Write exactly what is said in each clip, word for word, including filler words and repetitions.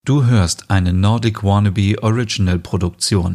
Du hörst eine Nordic Wannabe Original Produktion.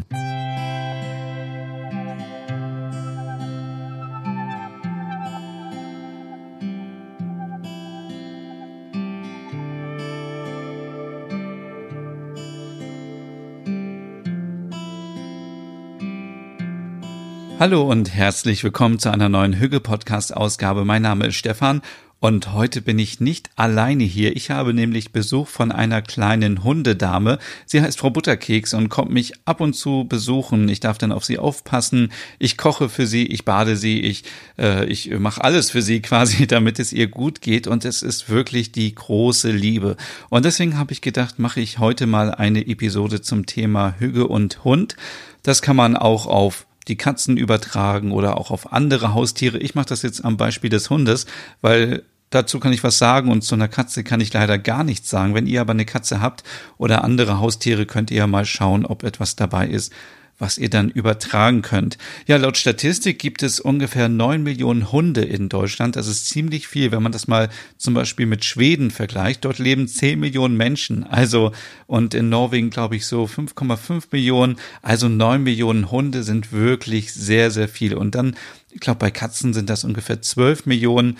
Hallo und herzlich willkommen zu einer neuen Hügge-Podcast-Ausgabe. Mein Name ist Stefan und heute bin ich nicht alleine hier. Ich habe nämlich Besuch von einer kleinen Hundedame. Sie heißt Frau Butterkeks und kommt mich ab und zu besuchen. Ich darf dann auf sie aufpassen. Ich koche für sie, ich bade sie, ich, äh, ich mache alles für sie quasi, damit es ihr gut geht. Und es ist wirklich die große Liebe. Und deswegen habe ich gedacht, mache ich heute mal eine Episode zum Thema Hügge und Hund. Das kann man auch auf die Katzen übertragen oder auch auf andere Haustiere. Ich mache das jetzt am Beispiel des Hundes, weil dazu kann ich was sagen und zu einer Katze kann ich leider gar nichts sagen. Wenn ihr aber eine Katze habt oder andere Haustiere, könnt ihr ja mal schauen, ob etwas dabei ist, was ihr dann übertragen könnt. Ja, laut Statistik gibt es ungefähr neun Millionen Hunde in Deutschland. Das ist ziemlich viel, wenn man das mal zum Beispiel mit Schweden vergleicht. Dort leben zehn Millionen Menschen. Also, und in Norwegen glaube ich so fünf Komma fünf Millionen. Also neun Millionen Hunde sind wirklich sehr, sehr viel. Und dann, ich glaube, bei Katzen sind das ungefähr zwölf Millionen.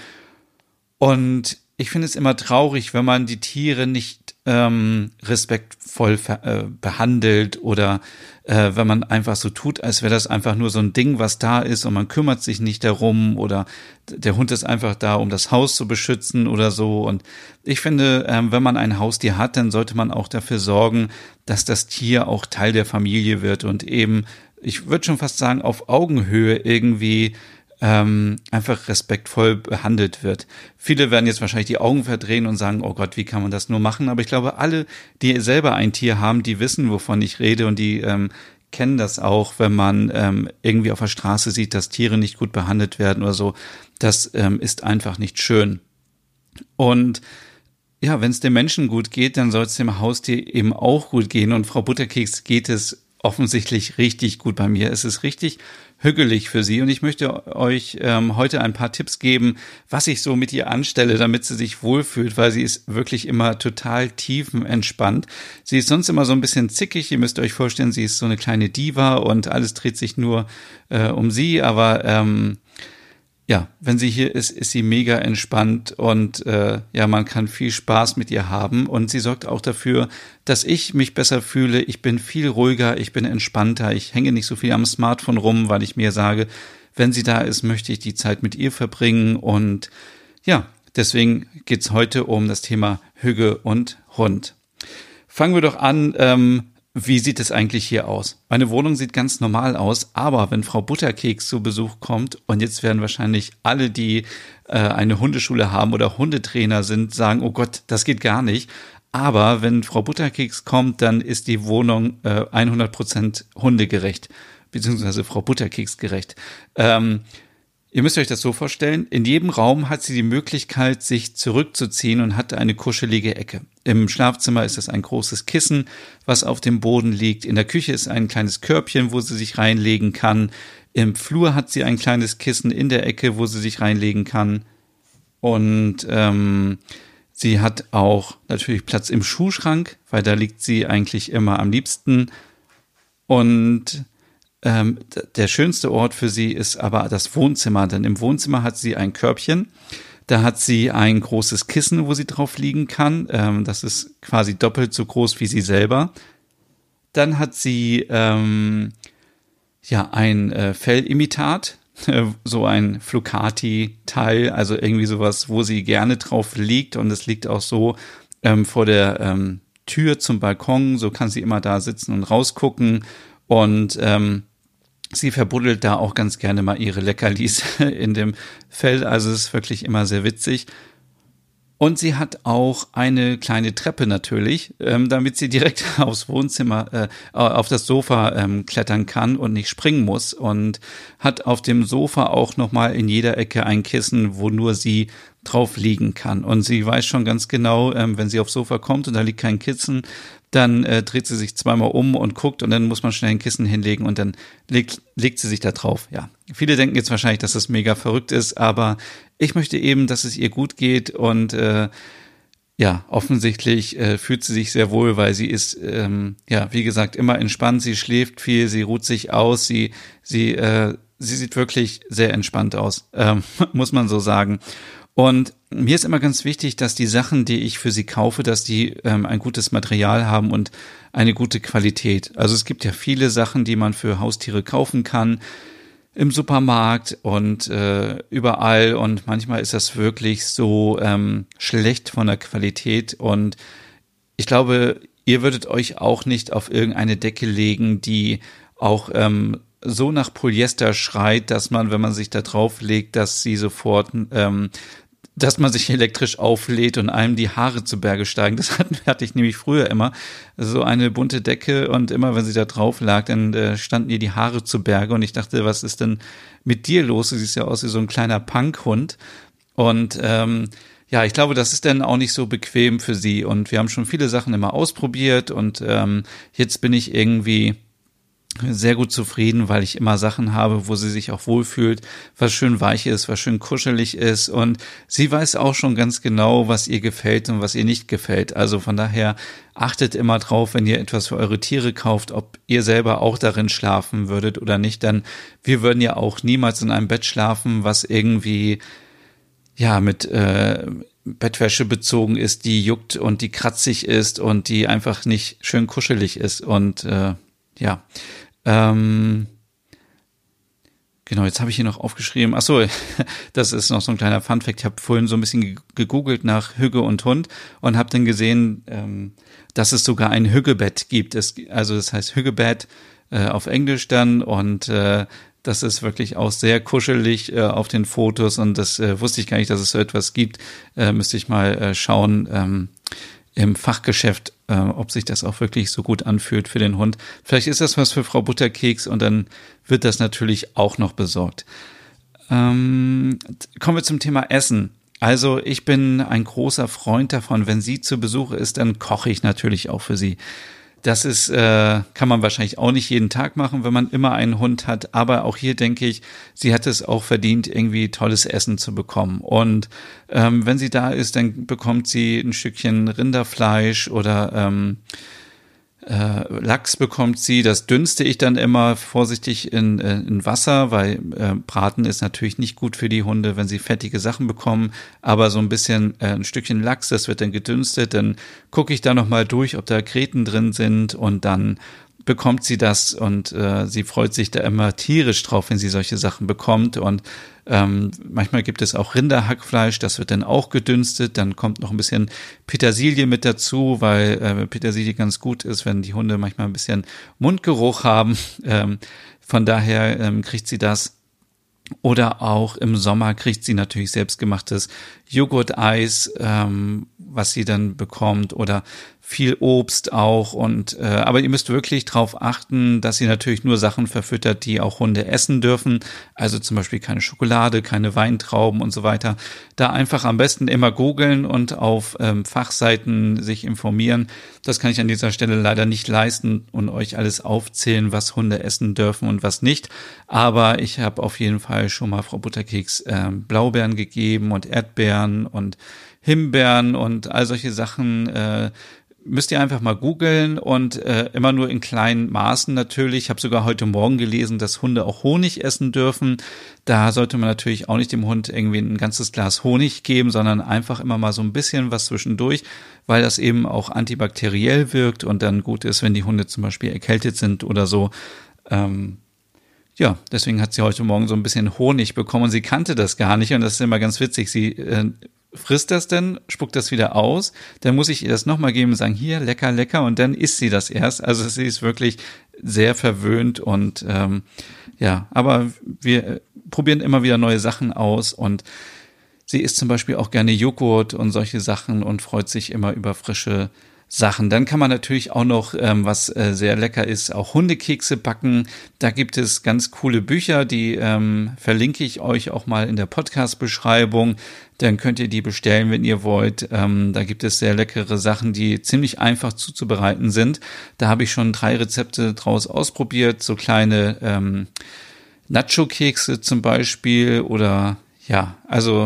Und ich finde es immer traurig, wenn man die Tiere nicht ähm, respektvoll ver- äh, behandelt oder äh, wenn man einfach so tut, als wäre das einfach nur so ein Ding, was da ist und man kümmert sich nicht darum oder der Hund ist einfach da, um das Haus zu beschützen oder so. Und ich finde, ähm, wenn man ein Haustier hat, dann sollte man auch dafür sorgen, dass das Tier auch Teil der Familie wird und eben, ich würde schon fast sagen, auf Augenhöhe irgendwie Ähm, einfach respektvoll behandelt wird. Viele werden jetzt wahrscheinlich die Augen verdrehen und sagen, oh Gott, wie kann man das nur machen? Aber ich glaube, alle, die selber ein Tier haben, die wissen, wovon ich rede und die ähm, kennen das auch, wenn man ähm, irgendwie auf der Straße sieht, dass Tiere nicht gut behandelt werden oder so. Das ähm, ist einfach nicht schön. Und ja, wenn es dem Menschen gut geht, dann soll es dem Haustier eben auch gut gehen. Und Frau Butterkeks geht es offensichtlich richtig gut bei mir. Es ist richtig hügelig für sie und ich möchte euch ähm, heute ein paar Tipps geben, was ich so mit ihr anstelle, damit sie sich wohlfühlt, weil sie ist wirklich immer total tiefenentspannt. Sie ist sonst immer so ein bisschen zickig, ihr müsst euch vorstellen, sie ist so eine kleine Diva und alles dreht sich nur äh, um sie, aber ähm, ja, wenn sie hier ist, ist sie mega entspannt und äh, ja, man kann viel Spaß mit ihr haben und sie sorgt auch dafür, dass ich mich besser fühle. Ich bin viel ruhiger, ich bin entspannter, ich hänge nicht so viel am Smartphone rum, weil ich mir sage, wenn sie da ist, möchte ich die Zeit mit ihr verbringen und ja, deswegen geht's heute um das Thema Hügge und Hund. Fangen wir doch an, ähm, wie sieht es eigentlich hier aus? Meine Wohnung sieht ganz normal aus, aber wenn Frau Butterkeks zu Besuch kommt, und jetzt werden wahrscheinlich alle, die äh, eine Hundeschule haben oder Hundetrainer sind, sagen, oh Gott, das geht gar nicht. Aber wenn Frau Butterkeks kommt, dann ist die Wohnung äh, hundert Prozent hundegerecht, beziehungsweise Frau Butterkeks gerecht. Ähm, Ihr müsst euch das so vorstellen, in jedem Raum hat sie die Möglichkeit, sich zurückzuziehen und hat eine kuschelige Ecke. Im Schlafzimmer ist es ein großes Kissen, was auf dem Boden liegt. In der Küche ist ein kleines Körbchen, wo sie sich reinlegen kann. Im Flur hat sie ein kleines Kissen in der Ecke, wo sie sich reinlegen kann. Und ähm, sie hat auch natürlich Platz im Schuhschrank, weil da liegt sie eigentlich immer am liebsten. Und Ähm, der schönste Ort für sie ist aber das Wohnzimmer, denn im Wohnzimmer hat sie ein Körbchen, da hat sie ein großes Kissen, wo sie drauf liegen kann, ähm, das ist quasi doppelt so groß wie sie selber. Dann hat sie ähm, ja ein äh, Fellimitat, äh, so ein Flucati-Teil, also irgendwie sowas, wo sie gerne drauf liegt und es liegt auch so ähm, vor der ähm, Tür zum Balkon, so kann sie immer da sitzen und rausgucken. Und ähm, sie verbuddelt da auch ganz gerne mal ihre Leckerlis in dem Fell. Also es ist wirklich immer sehr witzig. Und sie hat auch eine kleine Treppe natürlich, ähm, damit sie direkt aufs Wohnzimmer, äh, auf das Sofa ähm, klettern kann und nicht springen muss. Und hat auf dem Sofa auch nochmal in jeder Ecke ein Kissen, wo nur sie drauf liegen kann. Und sie weiß schon ganz genau, ähm, wenn sie aufs Sofa kommt und da liegt kein Kissen, dann äh, dreht sie sich zweimal um und guckt und dann muss man schnell ein Kissen hinlegen und dann legt, legt sie sich da drauf. Ja, viele denken jetzt wahrscheinlich, dass das mega verrückt ist, aber ich möchte eben, dass es ihr gut geht und äh, ja, offensichtlich äh, fühlt sie sich sehr wohl, weil sie ist, ähm, ja, wie gesagt, immer entspannt, sie schläft viel, sie ruht sich aus, sie, sie, äh, sie sieht wirklich sehr entspannt aus, ähm, muss man so sagen. Und mir ist immer ganz wichtig, dass die Sachen, die ich für sie kaufe, dass die ähm, ein gutes Material haben und eine gute Qualität. Also es gibt ja viele Sachen, die man für Haustiere kaufen kann, im Supermarkt und äh, überall, und manchmal ist das wirklich so ähm, schlecht von der Qualität, und ich glaube, ihr würdet euch auch nicht auf irgendeine Decke legen, die auch ähm, so nach Polyester schreit, dass man, wenn man sich da drauf legt, dass sie sofort ähm, dass man sich elektrisch auflädt und einem die Haare zu Berge steigen. Das hatte ich nämlich früher immer. So eine bunte Decke, und immer, wenn sie da drauf lag, dann äh, standen ihr die Haare zu Berge, und ich dachte, was ist denn mit dir los? Du siehst ja aus wie so ein kleiner Punkhund. Und ähm, ja, ich glaube, das ist dann auch nicht so bequem für sie, und wir haben schon viele Sachen immer ausprobiert, und ähm, jetzt bin ich irgendwie sehr gut zufrieden, weil ich immer Sachen habe, wo sie sich auch wohlfühlt, was schön weich ist, was schön kuschelig ist, und sie weiß auch schon ganz genau, was ihr gefällt und was ihr nicht gefällt. Also von daher achtet immer drauf, wenn ihr etwas für eure Tiere kauft, ob ihr selber auch darin schlafen würdet oder nicht, denn wir würden ja auch niemals in einem Bett schlafen, was irgendwie ja mit äh, Bettwäsche bezogen ist, die juckt und die kratzig ist und die einfach nicht schön kuschelig ist, und äh, ja, Ähm, genau, jetzt habe ich hier noch aufgeschrieben, ach so, das ist noch so ein kleiner Funfact. Ich habe vorhin so ein bisschen gegoogelt nach Hügge und Hund und habe dann gesehen, ähm, dass es sogar ein Hüggebett gibt. Es, also das heißt Hüggebett äh, auf Englisch dann, und äh, das ist wirklich auch sehr kuschelig äh, auf den Fotos, und das äh, wusste ich gar nicht, dass es so etwas gibt. Äh, müsste ich mal äh, schauen, ähm, im Fachgeschäft, äh, ob sich das auch wirklich so gut anfühlt für den Hund. Vielleicht ist das was für Frau Butterkeks, und dann wird das natürlich auch noch besorgt. Ähm, kommen wir zum Thema Essen. Also ich bin ein großer Freund davon, wenn sie zu Besuch ist, dann koche ich natürlich auch für sie. Das ist, äh, kann man wahrscheinlich auch nicht jeden Tag machen, wenn man immer einen Hund hat. Aber auch hier denke ich, sie hat es auch verdient, irgendwie tolles Essen zu bekommen. Und ähm, wenn sie da ist, dann bekommt sie ein Stückchen Rinderfleisch oder ähm, äh, Lachs bekommt sie. Das dünste ich dann immer vorsichtig in, äh, in Wasser, weil äh, Braten ist natürlich nicht gut für die Hunde, wenn sie fettige Sachen bekommen. Aber so ein bisschen, äh, ein Stückchen Lachs, das wird dann gedünstet. Dann gucke ich da nochmal durch, ob da Kreten drin sind, und dann bekommt sie das, und äh, sie freut sich da immer tierisch drauf, wenn sie solche Sachen bekommt. Und ähm, manchmal gibt es auch Rinderhackfleisch, das wird dann auch gedünstet. Dann kommt noch ein bisschen Petersilie mit dazu, weil äh, Petersilie ganz gut ist, wenn die Hunde manchmal ein bisschen Mundgeruch haben. Ähm, von daher ähm, kriegt sie das. Oder auch im Sommer kriegt sie natürlich selbstgemachtes Joghurt-Eis, ähm, was sie dann bekommt, oder viel Obst auch. Und äh, aber ihr müsst wirklich darauf achten, dass sie natürlich nur Sachen verfüttert, die auch Hunde essen dürfen. Also zum Beispiel keine Schokolade, keine Weintrauben und so weiter. Da einfach am besten immer googeln und auf ähm, Fachseiten sich informieren. Das kann ich an dieser Stelle leider nicht leisten und euch alles aufzählen, was Hunde essen dürfen und was nicht. Aber ich habe auf jeden Fall schon mal Frau Butterkeks äh, Blaubeeren gegeben und Erdbeeren und Himbeeren und all solche Sachen. Äh, müsst ihr einfach mal googeln, und äh, immer nur in kleinen Maßen natürlich. Ich habe sogar heute Morgen gelesen, dass Hunde auch Honig essen dürfen. Da sollte man natürlich auch nicht dem Hund irgendwie ein ganzes Glas Honig geben, sondern einfach immer mal so ein bisschen was zwischendurch, weil das eben auch antibakteriell wirkt und dann gut ist, wenn die Hunde zum Beispiel erkältet sind oder so. Ähm, ja, deswegen hat sie heute Morgen so ein bisschen Honig bekommen, und sie kannte das gar nicht, und das ist immer ganz witzig. Sie äh, frisst das dann, spuckt das wieder aus, dann muss ich ihr das nochmal geben und sagen, hier, lecker, lecker, und dann isst sie das erst. Also sie ist wirklich sehr verwöhnt, und ähm, ja, aber wir probieren immer wieder neue Sachen aus, und sie isst zum Beispiel auch gerne Joghurt und solche Sachen und freut sich immer über frische Sachen. Dann kann man natürlich auch noch, ähm, was äh, sehr lecker ist, auch Hundekekse backen. Da gibt es ganz coole Bücher, die ähm, verlinke ich euch auch mal in der Podcast-Beschreibung. Dann könnt ihr die bestellen, wenn ihr wollt. Ähm, da gibt es sehr leckere Sachen, die ziemlich einfach zuzubereiten sind. Da habe ich schon drei Rezepte draus ausprobiert, so kleine ähm, Nacho-Kekse zum Beispiel, oder ja, also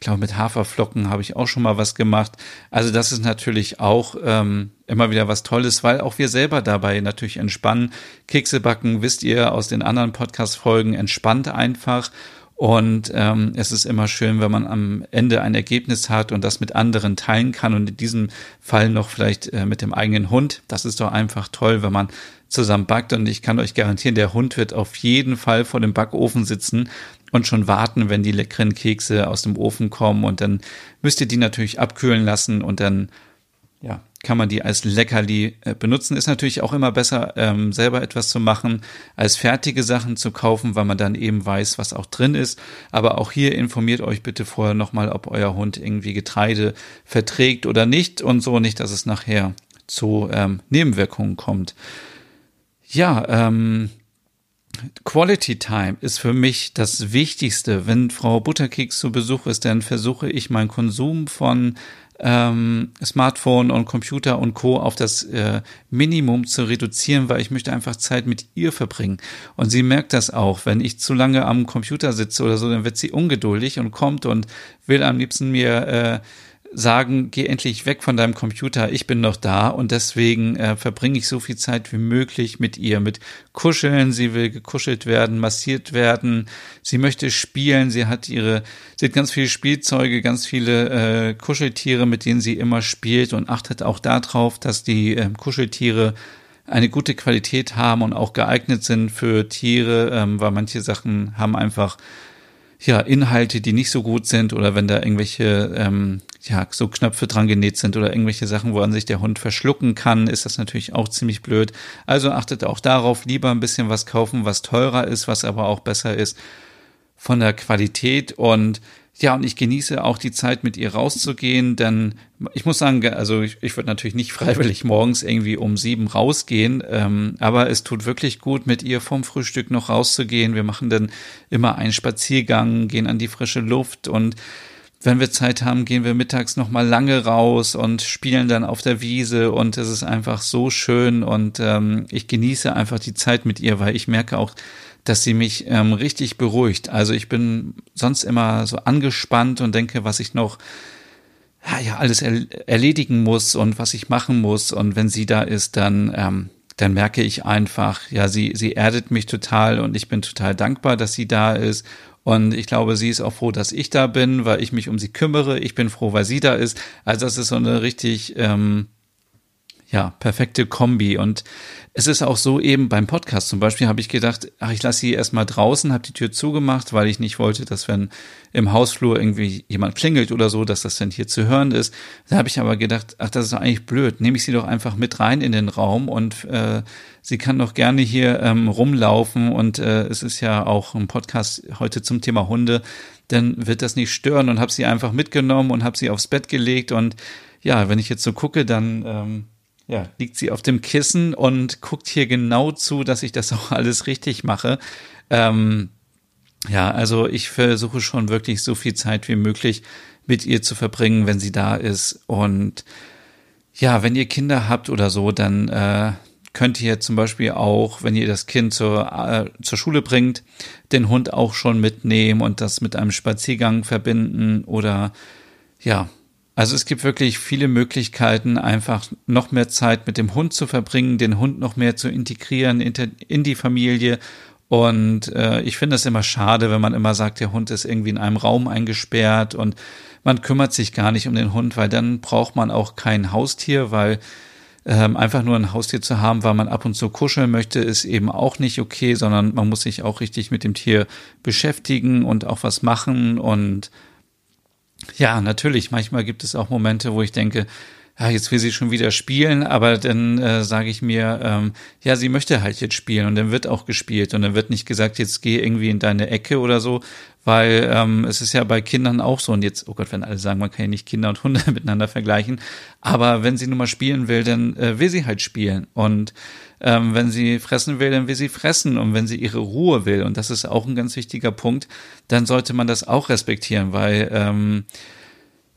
glaube, mit Haferflocken habe ich auch schon mal was gemacht. Also das ist natürlich auch ähm, immer wieder was Tolles, weil auch wir selber dabei natürlich entspannen. Kekse backen, wisst ihr aus den anderen Podcast-Folgen, entspannt einfach. Und ähm, es ist immer schön, wenn man am Ende ein Ergebnis hat und das mit anderen teilen kann und in diesem Fall noch vielleicht äh, mit dem eigenen Hund. Das ist doch einfach toll, wenn man zusammen backt. Und ich kann euch garantieren, der Hund wird auf jeden Fall vor dem Backofen sitzen und schon warten, wenn die leckeren Kekse aus dem Ofen kommen. Und dann müsst ihr die natürlich abkühlen lassen und dann ja, kann man die als Leckerli äh, benutzen. Ist natürlich auch immer besser, ähm, selber etwas zu machen, als fertige Sachen zu kaufen, weil man dann eben weiß, was auch drin ist. Aber auch hier informiert euch bitte vorher nochmal, ob euer Hund irgendwie Getreide verträgt oder nicht und so, nicht, dass es nachher zu ähm, Nebenwirkungen kommt. Ja, ähm, Quality Time ist für mich das Wichtigste. Wenn Frau Butterkeks zu Besuch ist, dann versuche ich meinen Konsum von ähm, Smartphone und Computer und Co. auf das äh, Minimum zu reduzieren, weil ich möchte einfach Zeit mit ihr verbringen. Und sie merkt das auch. Wenn ich zu lange am Computer sitze oder so, dann wird sie ungeduldig und kommt und will am liebsten mir äh, sagen, geh endlich weg von deinem Computer, ich bin noch da und deswegen äh, verbringe ich so viel Zeit wie möglich mit ihr, mit Kuscheln, sie will gekuschelt werden, massiert werden, sie möchte spielen, sie hat ihre, sie hat ganz viele Spielzeuge, ganz viele äh, Kuscheltiere, mit denen sie immer spielt und achtet auch darauf, dass die äh, Kuscheltiere eine gute Qualität haben und auch geeignet sind für Tiere, ähm, weil manche Sachen haben einfach ja, Inhalte, die nicht so gut sind oder wenn da irgendwelche, ähm, ja, so Knöpfe dran genäht sind oder irgendwelche Sachen, woran sich der Hund verschlucken kann, ist das natürlich auch ziemlich blöd. Also achtet auch darauf, lieber ein bisschen was kaufen, was teurer ist, was aber auch besser ist von der Qualität und ja, und ich genieße auch die Zeit, mit ihr rauszugehen, denn ich muss sagen, also ich, ich würde natürlich nicht freiwillig morgens irgendwie um sieben rausgehen, ähm, aber es tut wirklich gut, mit ihr vom Frühstück noch rauszugehen. Wir machen dann immer einen Spaziergang, gehen an die frische Luft und wenn wir Zeit haben, gehen wir mittags noch mal lange raus und spielen dann auf der Wiese und es ist einfach so schön und ähm, ich genieße einfach die Zeit mit ihr, weil ich merke auch, dass sie mich ähm, richtig beruhigt. Also ich bin sonst immer so angespannt und denke, was ich noch ja, ja alles er- erledigen muss und was ich machen muss. Und wenn sie da ist, dann ähm, dann merke ich einfach, ja, sie sie erdet mich total und ich bin total dankbar, dass sie da ist. Und ich glaube, sie ist auch froh, dass ich da bin, weil ich mich um sie kümmere. Ich bin froh, weil sie da ist. Also das ist so eine richtig ähm, ja, perfekte Kombi. Und es ist auch so eben beim Podcast zum Beispiel habe ich gedacht, ach, ich lasse sie erstmal draußen, habe die Tür zugemacht, weil ich nicht wollte, dass wenn im Hausflur irgendwie jemand klingelt oder so, dass das dann hier zu hören ist. Da habe ich aber gedacht, ach, das ist doch eigentlich blöd. Nehme ich sie doch einfach mit rein in den Raum und äh, sie kann doch gerne hier ähm, rumlaufen und äh, es ist ja auch ein Podcast heute zum Thema Hunde, dann wird das nicht stören und habe sie einfach mitgenommen und habe sie aufs Bett gelegt und ja, wenn ich jetzt so gucke, dann ähm, ja, liegt sie auf dem Kissen und guckt hier genau zu, dass ich das auch alles richtig mache. Ähm, ja, also ich versuche schon wirklich so viel Zeit wie möglich mit ihr zu verbringen, wenn sie da ist. Und ja, wenn ihr Kinder habt oder so, dann äh, könnt ihr zum Beispiel auch, wenn ihr das Kind zur, äh, zur Schule bringt, den Hund auch schon mitnehmen und das mit einem Spaziergang verbinden oder ja, also es gibt wirklich viele Möglichkeiten, einfach noch mehr Zeit mit dem Hund zu verbringen, den Hund noch mehr zu integrieren in die Familie. Und äh, ich finde es immer schade, wenn man immer sagt, der Hund ist irgendwie in einem Raum eingesperrt und man kümmert sich gar nicht um den Hund, weil dann braucht man auch kein Haustier, weil ähm, einfach nur ein Haustier zu haben, weil man ab und zu kuscheln möchte, ist eben auch nicht okay, sondern man muss sich auch richtig mit dem Tier beschäftigen und auch was machen und ja, natürlich. Manchmal gibt es auch Momente, wo ich denke, ja, jetzt will sie schon wieder spielen, aber dann äh, sage ich mir, ähm, ja, sie möchte halt jetzt spielen und dann wird auch gespielt und dann wird nicht gesagt, jetzt geh irgendwie in deine Ecke oder so, weil ähm, es ist ja bei Kindern auch so und jetzt, oh Gott, wenn alle sagen, man kann ja nicht Kinder und Hunde miteinander vergleichen, aber wenn sie nun mal spielen will, dann äh, will sie halt spielen und ähm, wenn sie fressen will, dann will sie fressen und wenn sie ihre Ruhe will und das ist auch ein ganz wichtiger Punkt, dann sollte man das auch respektieren, weil ähm,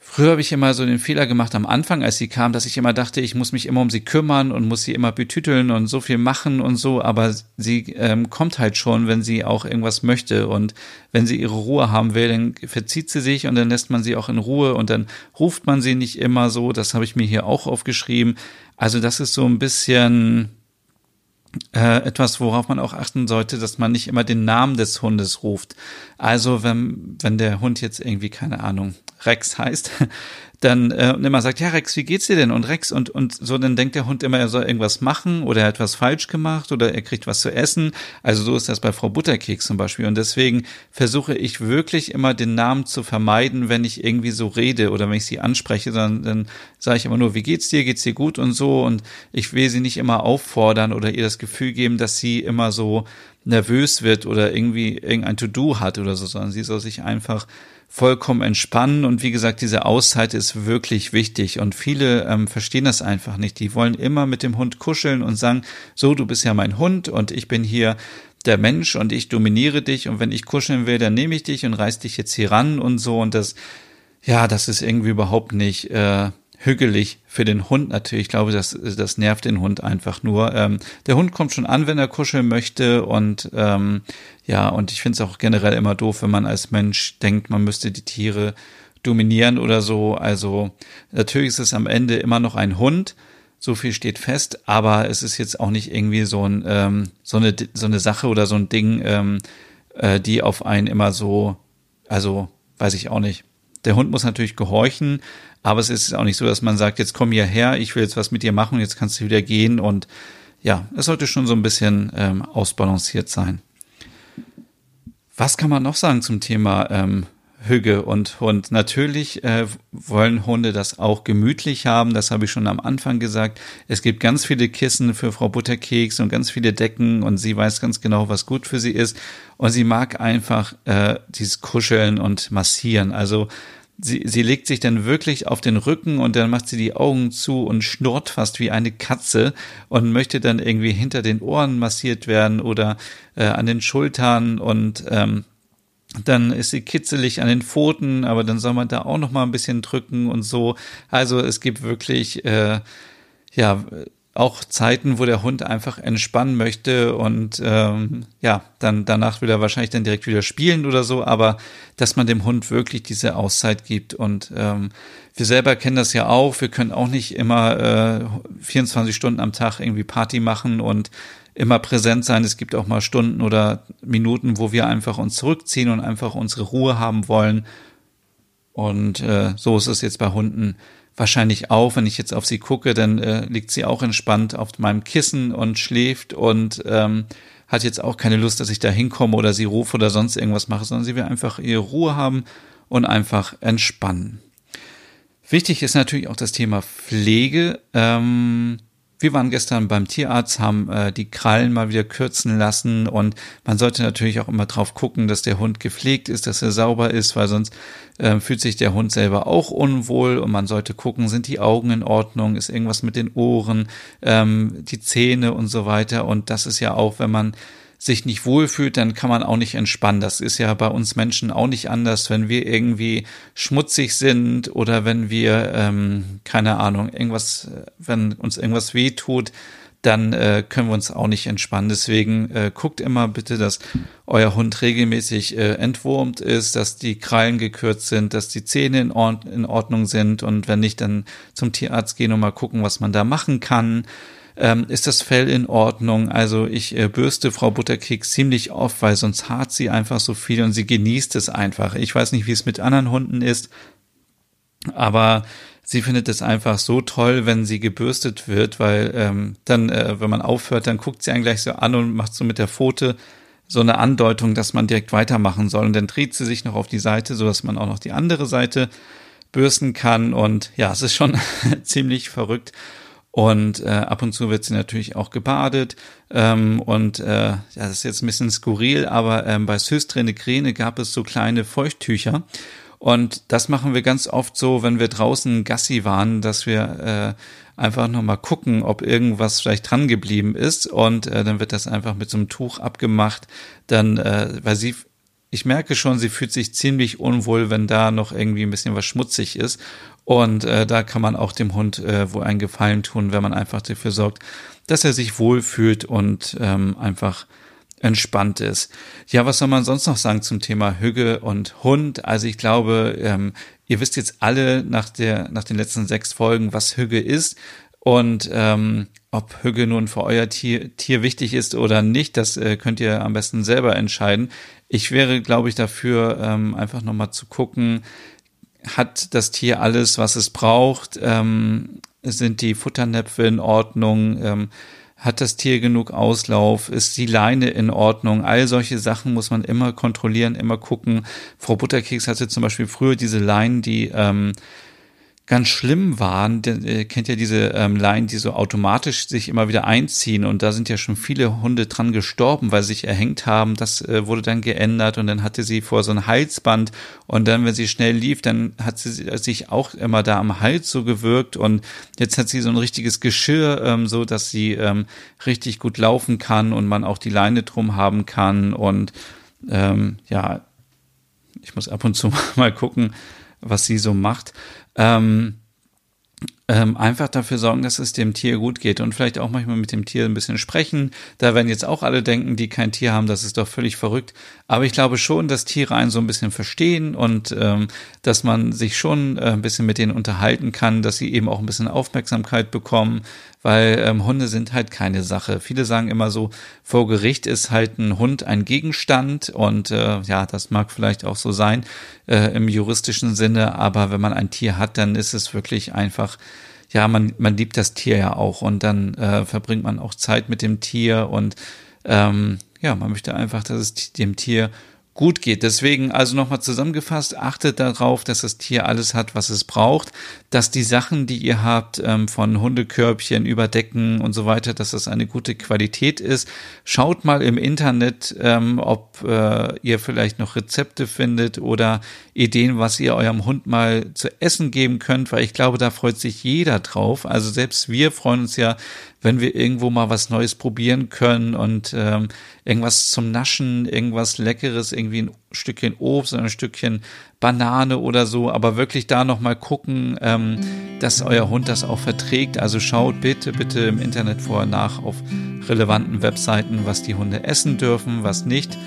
Früher habe ich immer so den Fehler gemacht am Anfang, als sie kam, dass ich immer dachte, ich muss mich immer um sie kümmern und muss sie immer betüteln und so viel machen und so, aber sie ähm, kommt halt schon, wenn sie auch irgendwas möchte, und wenn sie ihre Ruhe haben will, dann verzieht sie sich und dann lässt man sie auch in Ruhe und dann ruft man sie nicht immer so, das habe ich mir hier auch aufgeschrieben. Also das ist so ein bisschen äh, etwas, worauf man auch achten sollte, dass man nicht immer den Namen des Hundes ruft. Also wenn, wenn der Hund jetzt irgendwie, keine Ahnung, Rex heißt, dann äh, und immer sagt, ja Rex, wie geht's dir denn? Und Rex und und so, dann denkt der Hund immer, er soll irgendwas machen oder er hat was falsch gemacht oder er kriegt was zu essen. Also so ist das bei Frau Butterkeks zum Beispiel. Und deswegen versuche ich wirklich immer den Namen zu vermeiden, wenn ich irgendwie so rede oder wenn ich sie anspreche, sondern dann sage ich immer nur, wie geht's dir? Geht's dir gut und so. Und ich will sie nicht immer auffordern oder ihr das Gefühl geben, dass sie immer so nervös wird oder irgendwie irgendein To-Do hat oder so, sondern sie soll sich einfach vollkommen entspannen. Und wie gesagt, diese Auszeit ist wirklich wichtig und viele ähm, verstehen das einfach nicht. Die wollen immer mit dem Hund kuscheln und sagen, so, du bist ja mein Hund und ich bin hier der Mensch und ich dominiere dich und wenn ich kuscheln will, dann nehme ich dich und reiß dich jetzt hier ran und so, und das, ja, das ist irgendwie überhaupt nicht äh, hügelig für den Hund natürlich. Ich glaube, das, das nervt den Hund einfach nur. Ähm, der Hund kommt schon an, wenn er kuscheln möchte, und ähm, ja, und ich finde es auch generell immer doof, wenn man als Mensch denkt, man müsste die Tiere dominieren oder so. Also natürlich ist es am Ende immer noch ein Hund, so viel steht fest, aber es ist jetzt auch nicht irgendwie so ein ähm, so eine so eine Sache oder so ein Ding, ähm, äh, die auf einen immer so, also weiß ich auch nicht. Der Hund muss natürlich gehorchen, aber es ist auch nicht so, dass man sagt, jetzt komm hierher, ich will jetzt was mit dir machen, jetzt kannst du wieder gehen. Und ja, es sollte schon so ein bisschen ähm, ausbalanciert sein. Was kann man noch sagen zum Thema ähm, Hügge und Hund? Natürlich äh, wollen Hunde das auch gemütlich haben, das habe ich schon am Anfang gesagt. Es gibt ganz viele Kissen für Frau Butterkeks und ganz viele Decken und sie weiß ganz genau, was gut für sie ist. Und sie mag einfach äh, dieses Kuscheln und Massieren. Also Sie, sie legt sich dann wirklich auf den Rücken und dann macht sie die Augen zu und schnurrt fast wie eine Katze und möchte dann irgendwie hinter den Ohren massiert werden oder äh, an den Schultern, und ähm, dann ist sie kitzelig an den Pfoten, aber dann soll man da auch noch mal ein bisschen drücken und so. Also es gibt wirklich äh, ja auch Zeiten, wo der Hund einfach entspannen möchte und ähm, ja, dann danach will er wahrscheinlich dann direkt wieder spielen oder so, aber dass man dem Hund wirklich diese Auszeit gibt. Und ähm, wir selber kennen das ja auch, wir können auch nicht immer äh, vierundzwanzig Stunden am Tag irgendwie Party machen und immer präsent sein. Es gibt auch mal Stunden oder Minuten, wo wir einfach uns zurückziehen und einfach unsere Ruhe haben wollen. Und äh, so ist es jetzt bei Hunden wahrscheinlich auch. Wenn ich jetzt auf sie gucke, dann äh, liegt sie auch entspannt auf meinem Kissen und schläft und ähm, hat jetzt auch keine Lust, dass ich da hinkomme oder sie rufe oder sonst irgendwas mache, sondern sie will einfach ihre Ruhe haben und einfach entspannen. Wichtig ist natürlich auch das Thema Pflege. Ähm, Wir waren gestern beim Tierarzt, haben äh, die Krallen mal wieder kürzen lassen, und man sollte natürlich auch immer drauf gucken, dass der Hund gepflegt ist, dass er sauber ist, weil sonst äh, fühlt sich der Hund selber auch unwohl, und man sollte gucken, sind die Augen in Ordnung, ist irgendwas mit den Ohren, ähm, die Zähne und so weiter. Und das ist ja auch, wenn man sich nicht wohlfühlt, dann kann man auch nicht entspannen. Das ist ja bei uns Menschen auch nicht anders, wenn wir irgendwie schmutzig sind oder wenn wir, ähm, keine Ahnung, irgendwas, wenn uns irgendwas wehtut, dann äh, können wir uns auch nicht entspannen. Deswegen äh, guckt immer bitte, dass euer Hund regelmäßig äh, entwurmt ist, dass die Krallen gekürzt sind, dass die Zähne in, Ord- in Ordnung sind, und wenn nicht, dann zum Tierarzt gehen und mal gucken, was man da machen kann. Ähm, ist das Fell in Ordnung? Also ich äh, bürste Frau Butterkeks ziemlich oft, weil sonst hart sie einfach so viel und sie genießt es einfach. Ich weiß nicht, wie es mit anderen Hunden ist, aber sie findet es einfach so toll, wenn sie gebürstet wird, weil ähm, dann, äh, wenn man aufhört, dann guckt sie einen gleich so an und macht so mit der Pfote so eine Andeutung, dass man direkt weitermachen soll. Und dann dreht sie sich noch auf die Seite, sodass man auch noch die andere Seite bürsten kann. Und ja, es ist schon ziemlich verrückt. Und äh, ab und zu wird sie natürlich auch gebadet. Ähm, und äh, ja, das ist jetzt ein bisschen skurril, aber ähm, bei Söstrene Kräne gab es so kleine Feuchttücher. Und das machen wir ganz oft so, wenn wir draußen Gassi waren, dass wir äh, einfach nochmal gucken, ob irgendwas vielleicht dran geblieben ist. Und äh, dann wird das einfach mit so einem Tuch abgemacht. Dann, äh, weil sie ich merke schon, sie fühlt sich ziemlich unwohl, wenn da noch irgendwie ein bisschen was schmutzig ist. Und äh, da kann man auch dem Hund äh, wohl einen Gefallen tun, wenn man einfach dafür sorgt, dass er sich wohlfühlt und ähm, einfach entspannt ist. Ja, was soll man sonst noch sagen zum Thema Hügge und Hund? Also ich glaube, ähm, ihr wisst jetzt alle nach der nach den letzten sechs Folgen, was Hügge ist und ähm, ob Hügge nun für euer Tier, Tier wichtig ist oder nicht, das äh, könnt ihr am besten selber entscheiden. Ich wäre, glaube ich, dafür, ähm, einfach nochmal zu gucken, hat das Tier alles, was es braucht? Ähm, sind die Futternäpfe in Ordnung? Ähm, hat das Tier genug Auslauf? Ist die Leine in Ordnung? All solche Sachen muss man immer kontrollieren, immer gucken. Frau Butterkeks hatte zum Beispiel früher diese Leinen, die ähm, ganz schlimm waren. Ihr kennt ja diese ähm, Leinen, die so automatisch sich immer wieder einziehen, und da sind ja schon viele Hunde dran gestorben, weil sie sich erhängt haben. Das äh, wurde dann geändert, und dann hatte sie vor so ein Halsband, und dann, wenn sie schnell lief, dann hat sie sich auch immer da am Hals so gewirkt, und jetzt hat sie so ein richtiges Geschirr, ähm, so dass sie ähm, richtig gut laufen kann und man auch die Leine drum haben kann. Und ähm, ja, ich muss ab und zu mal gucken, was sie so macht. Ähm, ähm, einfach dafür sorgen, dass es dem Tier gut geht, und vielleicht auch manchmal mit dem Tier ein bisschen sprechen. Da werden jetzt auch alle denken, die kein Tier haben, das ist doch völlig verrückt. Aber ich glaube schon, dass Tiere einen so ein bisschen verstehen, und ähm, dass man sich schon äh, ein bisschen mit denen unterhalten kann, dass sie eben auch ein bisschen Aufmerksamkeit bekommen, weil ähm, Hunde sind halt keine Sache. Viele sagen immer so, vor Gericht ist halt ein Hund ein Gegenstand, und äh, ja, das mag vielleicht auch so sein äh, im juristischen Sinne, aber wenn man ein Tier hat, dann ist es wirklich einfach, ja, man man liebt das Tier ja auch, und dann äh, verbringt man auch Zeit mit dem Tier, und ähm, ja, man möchte einfach, dass es dem Tier gut geht. Deswegen also nochmal zusammengefasst, achtet darauf, dass das Tier alles hat, was es braucht, dass die Sachen, die ihr habt, ähm, von Hundekörbchen über Decken und so weiter, dass das eine gute Qualität ist. Schaut mal im Internet, ähm, ob äh, ihr vielleicht noch Rezepte findet oder Ideen, was ihr eurem Hund mal zu essen geben könnt, weil ich glaube, da freut sich jeder drauf. Also selbst wir freuen uns ja, wenn wir irgendwo mal was Neues probieren können, und ähm, irgendwas zum Naschen, irgendwas Leckeres, irgendwie ein Stückchen Obst oder ein Stückchen Banane oder so, aber wirklich da nochmal gucken, ähm, dass euer Hund das auch verträgt. Also schaut bitte, bitte im Internet vorher nach auf relevanten Webseiten, was die Hunde essen dürfen, was nicht.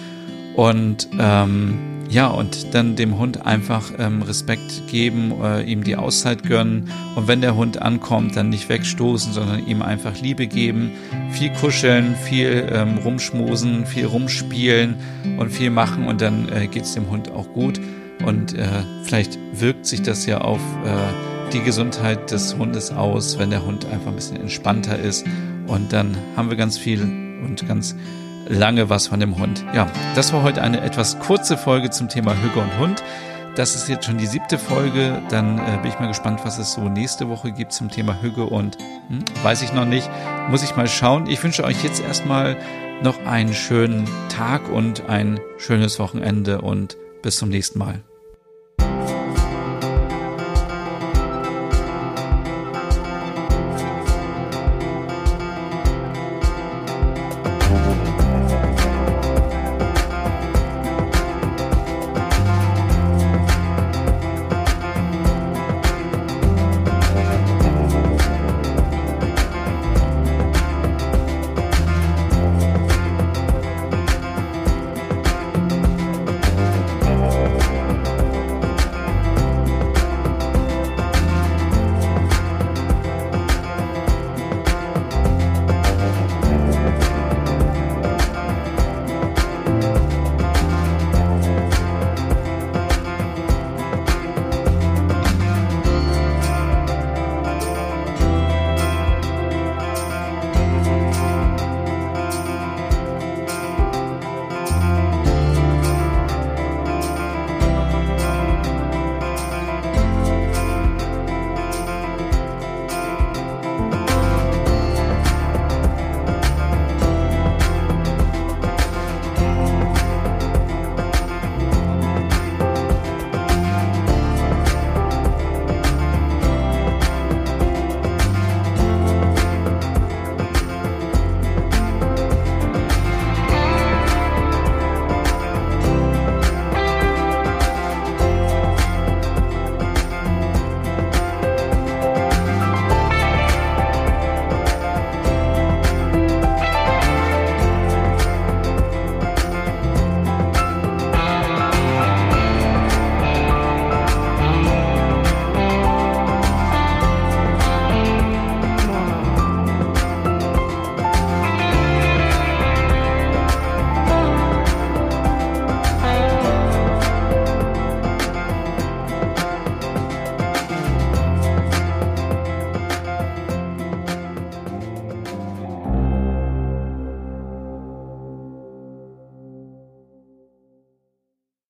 Und ähm, ja, und dann dem Hund einfach ähm, Respekt geben, äh, ihm die Auszeit gönnen, und wenn der Hund ankommt, dann nicht wegstoßen, sondern ihm einfach Liebe geben, viel kuscheln, viel ähm, rumschmusen, viel rumspielen und viel machen, und dann äh, geht's dem Hund auch gut, und äh, vielleicht wirkt sich das ja auf äh, die Gesundheit des Hundes aus, wenn der Hund einfach ein bisschen entspannter ist, und dann haben wir ganz viel und ganz lange was von dem Hund. Ja, das war heute eine etwas kurze Folge zum Thema Hügge und Hund. Das ist jetzt schon die siebte Folge. Dann äh, bin ich mal gespannt, was es so nächste Woche gibt zum Thema Hügge und hm, weiß ich noch nicht. Muss ich mal schauen. Ich wünsche euch jetzt erstmal noch einen schönen Tag und ein schönes Wochenende, und bis zum nächsten Mal.